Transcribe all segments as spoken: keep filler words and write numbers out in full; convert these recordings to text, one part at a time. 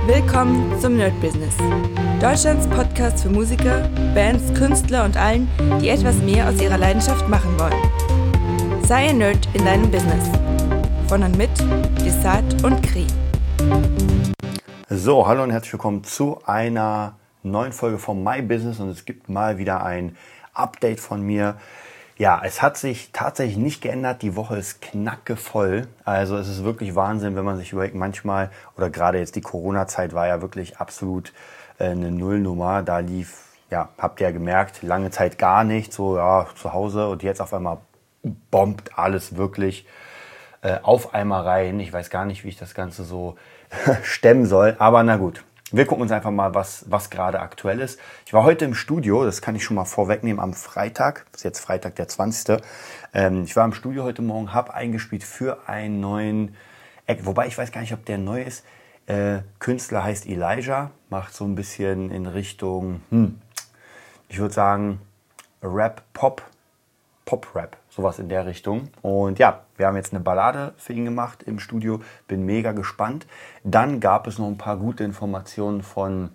Willkommen zum Nerd Business. Deutschlands Podcast für Musiker, Bands, Künstler und allen, die etwas mehr aus ihrer Leidenschaft machen wollen. Sei ein Nerd in deinem Business. Von und mit Desart und Kri. So, hallo und herzlich willkommen zu einer neuen Folge von My Business und es gibt mal wieder ein Update von mir. Ja, es hat sich tatsächlich nicht geändert. Die Woche ist knackevoll. Also es ist wirklich Wahnsinn, wenn man sich überlegt, manchmal, oder gerade jetzt die Corona-Zeit war ja wirklich absolut äh, eine Nullnummer. Da lief, ja, habt ihr ja gemerkt, lange Zeit gar nicht, so ja, zu Hause und jetzt auf einmal bombt alles wirklich äh, auf einmal rein. Ich weiß gar nicht, wie ich das Ganze so stemmen soll, aber na gut. Wir gucken uns einfach mal, was, was gerade aktuell ist. Ich war heute im Studio, das kann ich schon mal vorwegnehmen, am Freitag, das ist jetzt Freitag der zwanzigste Ähm, ich war im Studio heute Morgen, habe eingespielt für einen neuen Act, wobei ich weiß gar nicht, ob der neu ist. Äh, Künstler heißt Elijah, macht so ein bisschen in Richtung, hm, ich würde sagen, Rap, Pop, Pop-Rap, sowas in der Richtung. Und ja, wir haben jetzt eine Ballade für ihn gemacht im Studio, bin mega gespannt. Dann gab es noch ein paar gute Informationen von,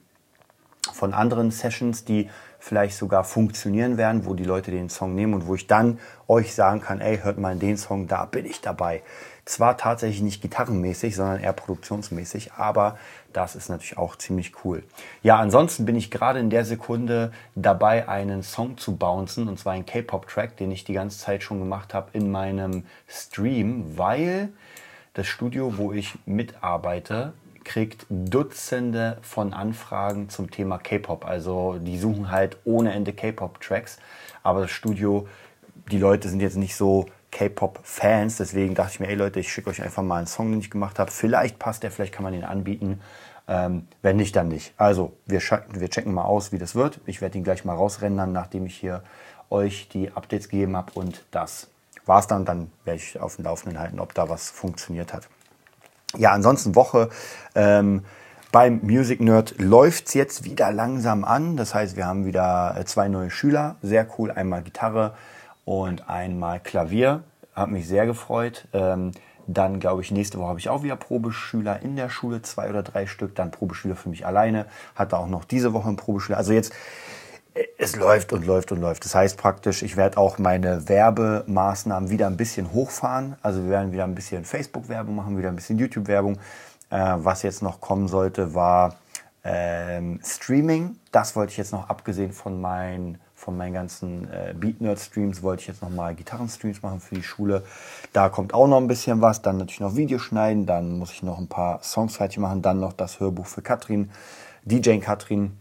von anderen Sessions, die vielleicht sogar funktionieren werden, wo die Leute den Song nehmen und wo ich dann euch sagen kann, ey, hört mal den Song, da bin ich dabei. Zwar tatsächlich nicht gitarrenmäßig, sondern eher produktionsmäßig, aber das ist natürlich auch ziemlich cool. Ja, ansonsten bin ich gerade in der Sekunde dabei, einen Song zu bouncen, und zwar einen K-Pop-Track, den ich die ganze Zeit schon gemacht habe in meinem Stream, weil das Studio, wo ich mitarbeite, kriegt Dutzende von Anfragen zum Thema K-Pop. Also die suchen halt ohne Ende K-Pop-Tracks, aber das Studio, die Leute sind jetzt nicht so K-Pop-Fans, deswegen dachte ich mir, ey Leute, ich schicke euch einfach mal einen Song, den ich gemacht habe. Vielleicht passt der, vielleicht kann man den anbieten. Ähm, wenn nicht, dann nicht. Also, wir, wir checken mal aus, wie das wird. Ich werde ihn gleich mal rausrendern, nachdem ich hier euch die Updates gegeben habe. Und das war's dann. Dann werde ich auf dem Laufenden halten, ob da was funktioniert hat. Ja, ansonsten Woche ähm, beim Music Nerd läuft's jetzt wieder langsam an. Das heißt, wir haben wieder zwei neue Schüler. Sehr cool. Einmal Gitarre und einmal Klavier. Hat mich sehr gefreut. Ähm, dann glaube ich, nächste Woche habe ich auch wieder Probeschüler in der Schule, zwei oder drei Stück. Dann Probeschüler für mich alleine. Hatte auch noch diese Woche einen Probeschüler. Also jetzt, es läuft und läuft und läuft. Das heißt praktisch, ich werde auch meine Werbemaßnahmen wieder ein bisschen hochfahren. Also wir werden wieder ein bisschen Facebook-Werbung machen, wieder ein bisschen YouTube-Werbung. Äh, was jetzt noch kommen sollte, war ähm, Streaming. Das wollte ich jetzt noch, abgesehen von meinen von meinen ganzen äh, Beat-Nerd-Streams, wollte ich jetzt nochmal Gitarren-Streams machen für die Schule. Da kommt auch noch ein bisschen was. Dann natürlich noch Videos schneiden. Dann muss ich noch ein paar Songs fertig machen. Dann noch das Hörbuch für Katrin, D J Katrin.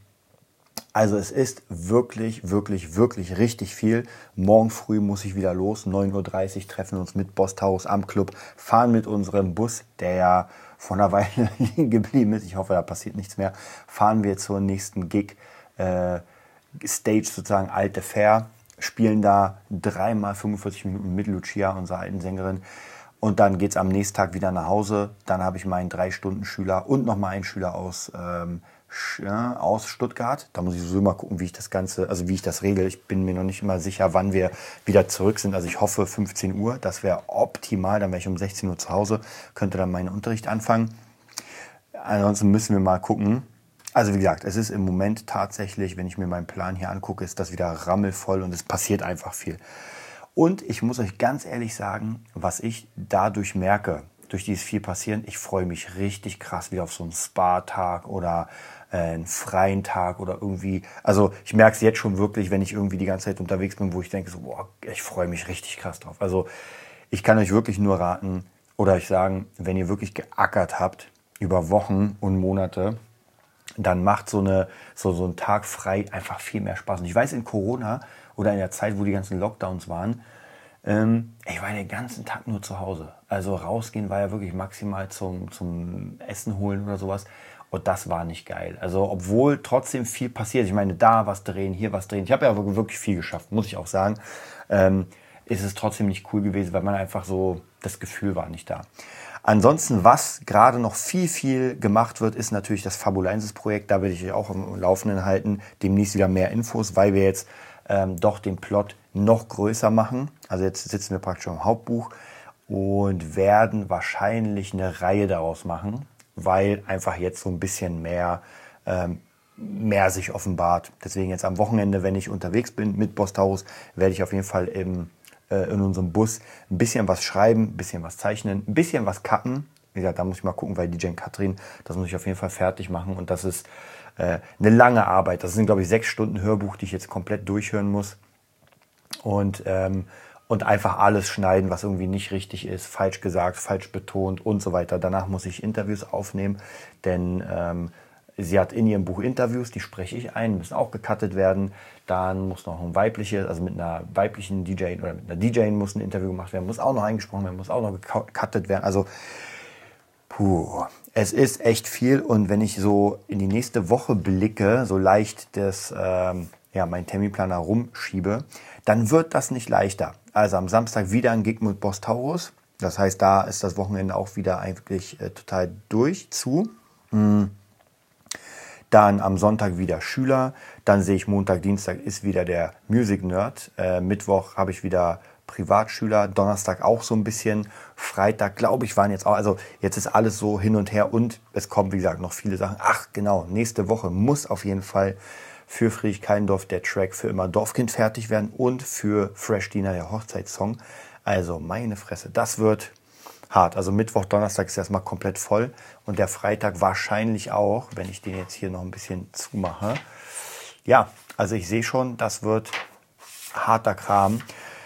Also es ist wirklich, wirklich, wirklich richtig viel. Morgen früh muss ich wieder los. neun Uhr dreißig treffen wir uns mit Bostaurus am Club. Fahren mit unserem Bus, der ja vor einer Weile liegen geblieben ist. Ich hoffe, da passiert nichts mehr. Fahren wir zur nächsten Gig. Äh, Stage sozusagen Alte Fair, spielen da dreimal fünfundvierzig Minuten mit Lucia, unserer alten Sängerin. Und dann geht's am nächsten Tag wieder nach Hause. Dann habe ich meinen drei Stunden Schüler und nochmal einen Schüler aus, ähm, ja, aus Stuttgart. Da muss ich so mal gucken, wie ich das Ganze, also wie ich das regel. Ich bin mir noch nicht mal sicher, wann wir wieder zurück sind. Also ich hoffe fünfzehn Uhr, das wäre optimal. Dann wäre ich um sechzehn Uhr zu Hause, könnte dann meinen Unterricht anfangen. Ansonsten müssen wir mal gucken. Also wie gesagt, es ist im Moment tatsächlich, wenn ich mir meinen Plan hier angucke, ist das wieder rammelvoll und es passiert einfach viel. Und ich muss euch ganz ehrlich sagen, was ich dadurch merke, durch dieses viel passieren, ich freue mich richtig krass wieder auf so einen Spa-Tag oder äh, einen freien Tag oder irgendwie. Also ich merke es jetzt schon wirklich, wenn ich irgendwie die ganze Zeit unterwegs bin, wo ich denke, so, boah, ich freue mich richtig krass drauf. Also ich kann euch wirklich nur raten oder euch sagen, wenn ihr wirklich geackert habt über Wochen und Monate, dann macht so, eine, so, so ein Tag frei einfach viel mehr Spaß. Und ich weiß, in Corona oder in der Zeit, wo die ganzen Lockdowns waren, ähm, ich war den ganzen Tag nur zu Hause. Also rausgehen war ja wirklich maximal zum, zum Essen holen oder sowas. Und das war nicht geil. Also obwohl trotzdem viel passiert. Ich meine, da was drehen, hier was drehen. Ich habe ja wirklich viel geschafft, muss ich auch sagen. Ähm, ist es trotzdem nicht cool gewesen, weil man einfach so, das Gefühl war nicht da. Ansonsten, was gerade noch viel, viel gemacht wird, ist natürlich das Fabulensis-Projekt. Da werde ich euch auch am Laufenden halten. Demnächst wieder mehr Infos, weil wir jetzt ähm, doch den Plot noch größer machen. Also jetzt sitzen wir praktisch im Hauptbuch und werden wahrscheinlich eine Reihe daraus machen. weil einfach jetzt so ein bisschen mehr, ähm, mehr sich offenbart. Deswegen jetzt am Wochenende, wenn ich unterwegs bin mit Boss Taurus, werde ich auf jeden Fall im, äh, in unserem Bus ein bisschen was schreiben, ein bisschen was zeichnen, ein bisschen was cutten. Wie gesagt, da muss ich mal gucken, weil D J Katrin, das muss ich auf jeden Fall fertig machen. Und das ist äh, eine lange Arbeit. Das sind, glaube ich, sechs Stunden Hörbuch, die ich jetzt komplett durchhören muss. Und, ähm, und einfach alles schneiden, was irgendwie nicht richtig ist, falsch gesagt, falsch betont und so weiter. Danach muss ich Interviews aufnehmen, denn ähm, sie hat in ihrem Buch Interviews, die spreche ich ein, müssen auch gecuttet werden. Dann muss noch ein weibliches, also mit einer weiblichen D J oder mit einer D J muss ein Interview gemacht werden, muss auch noch eingesprochen werden, muss auch noch gecuttet werden. Also puh, es ist echt viel. Und wenn ich so in die nächste Woche blicke, so leicht das, ähm, ja, meinen Terminplaner rumschiebe, dann wird das nicht leichter. Also am Samstag wieder ein Gig mit Boss Taurus. Das heißt, da ist das Wochenende auch wieder eigentlich äh, total durch zu. Mhm. Dann am Sonntag wieder Schüler. Dann sehe ich Montag, Dienstag ist wieder der Music Nerd. Äh, Mittwoch habe ich wieder Privatschüler. Donnerstag auch so ein bisschen. Freitag, glaube ich, waren jetzt auch. Also jetzt ist alles so hin und her. Und es kommen, wie gesagt, noch viele Sachen. Ach genau, nächste Woche muss auf jeden Fall für Friedrich Keindorf der Track Für immer Dorfkind fertig werden. Und für Fresh Dina der Hochzeitssong. Also meine Fresse, das wird hart. Also Mittwoch, Donnerstag ist erstmal komplett voll und der Freitag wahrscheinlich auch, wenn ich den jetzt hier noch ein bisschen zumache. Ja, also ich sehe schon, das wird harter Kram.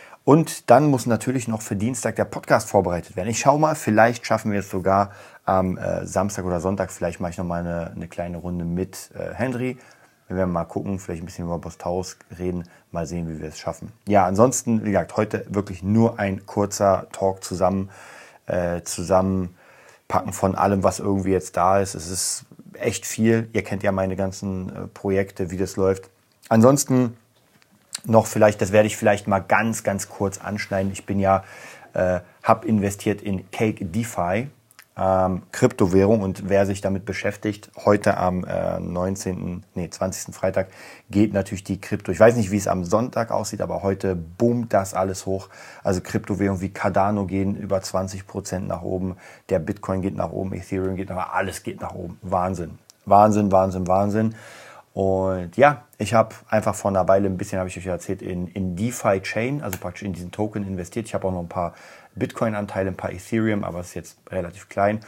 Und dann muss natürlich noch für Dienstag der Podcast vorbereitet werden. Ich schaue mal, vielleicht schaffen wir es sogar am äh, Samstag oder Sonntag. Vielleicht mache ich noch mal eine, eine kleine Runde mit äh, Henry. Wir werden mal gucken, vielleicht ein bisschen über Boss Taurus reden, mal sehen, wie wir es schaffen. Ja, ansonsten, wie gesagt, heute wirklich nur ein kurzer Talk zusammen. Äh, zusammenpacken von allem, was irgendwie jetzt da ist. Es ist echt viel. Ihr kennt ja meine ganzen äh, Projekte, wie das läuft. Ansonsten noch vielleicht, das werde ich vielleicht mal ganz, ganz kurz anschneiden. Ich bin ja, äh, habe investiert in Cake DeFi, ähm, Kryptowährung, und wer sich damit beschäftigt, heute am äh, neunzehnten, nee, zwanzigsten Freitag geht natürlich die Krypto. Ich weiß nicht, wie es am Sonntag aussieht, aber heute boomt das alles hoch. Also Kryptowährungen wie Cardano gehen über zwanzig Prozent nach oben, der Bitcoin geht nach oben, Ethereum geht nach oben, alles geht nach oben. Wahnsinn, Wahnsinn, Wahnsinn, Wahnsinn. Und ja, ich habe einfach vor einer Weile ein bisschen, habe ich euch erzählt, in, in DeFi Chain, also praktisch in diesen Token investiert. Ich habe auch noch ein paar Bitcoin-Anteile, ein paar Ethereum, aber es ist jetzt relativ klein.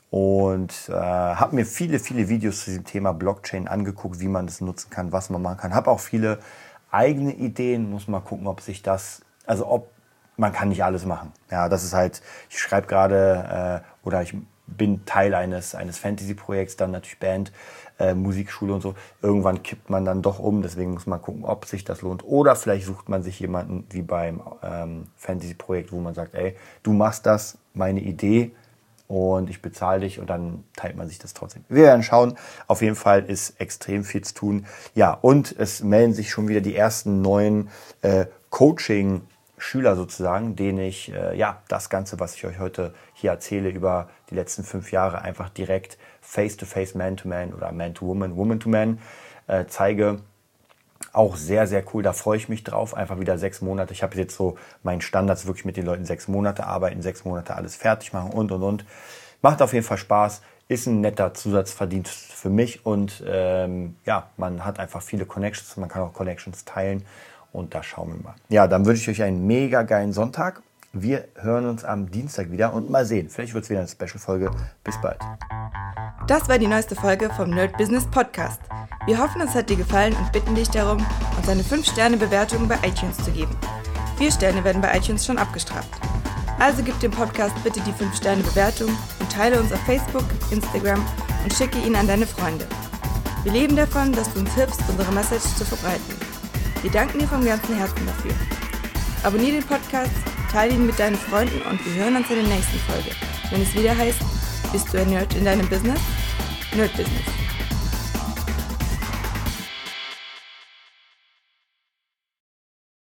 Und äh, habe mir viele, viele Videos zu diesem Thema Blockchain angeguckt, wie man das nutzen kann, was man machen kann. Habe auch viele eigene Ideen, muss mal gucken, ob sich das, also ob, man kann nicht alles machen. Ja, das ist halt, ich schreibe gerade äh, oder ich bin Teil eines, eines Fantasy-Projekts, dann natürlich Band, äh, Musikschule und so. Irgendwann kippt man dann doch um, deswegen muss man gucken, ob sich das lohnt. Oder vielleicht sucht man sich jemanden wie beim ähm, Fantasy-Projekt, wo man sagt, ey, du machst das, meine Idee, und ich bezahle dich, und dann teilt man sich das trotzdem. Wir werden schauen. Auf jeden Fall ist extrem viel zu tun. Ja, und es melden sich schon wieder die ersten neuen äh, Coaching- Schüler sozusagen, denen ich äh, ja das Ganze, was ich euch heute hier erzähle, über die letzten fünf Jahre einfach direkt Face-to-Face, Man-to-Man oder Man-to-Woman, Woman-to-Man äh, zeige. Auch sehr, sehr cool, da freue ich mich drauf. Einfach wieder sechs Monate. Ich habe jetzt so meinen Standards, wirklich mit den Leuten sechs Monate arbeiten, sechs Monate alles fertig machen und, und, und. Macht auf jeden Fall Spaß, ist ein netter Zusatzverdienst für mich, und ähm, ja, man hat einfach viele Connections, man kann auch Connections teilen. Und da schauen wir mal. Ja, dann wünsche ich euch einen mega geilen Sonntag. Wir hören uns am Dienstag wieder und mal sehen. Vielleicht wird es wieder eine Special-Folge. Bis bald. Das war die neueste Folge vom Nerd Business Podcast. Wir hoffen, es hat dir gefallen und bitten dich darum, uns eine fünf Sterne Bewertung bei iTunes zu geben. vier Sterne werden bei iTunes schon abgestraft. Also gib dem Podcast bitte die fünf Sterne Bewertung und teile uns auf Facebook, Instagram und schicke ihn an deine Freunde. Wir leben davon, dass du uns hilfst, unsere Message zu verbreiten. Wir danken dir vom ganzen Herzen dafür. Abonnier den Podcast, teile ihn mit deinen Freunden, und wir hören uns in der nächsten Folge, wenn es wieder heißt, bist du ein Nerd in deinem Business? Nerd Business.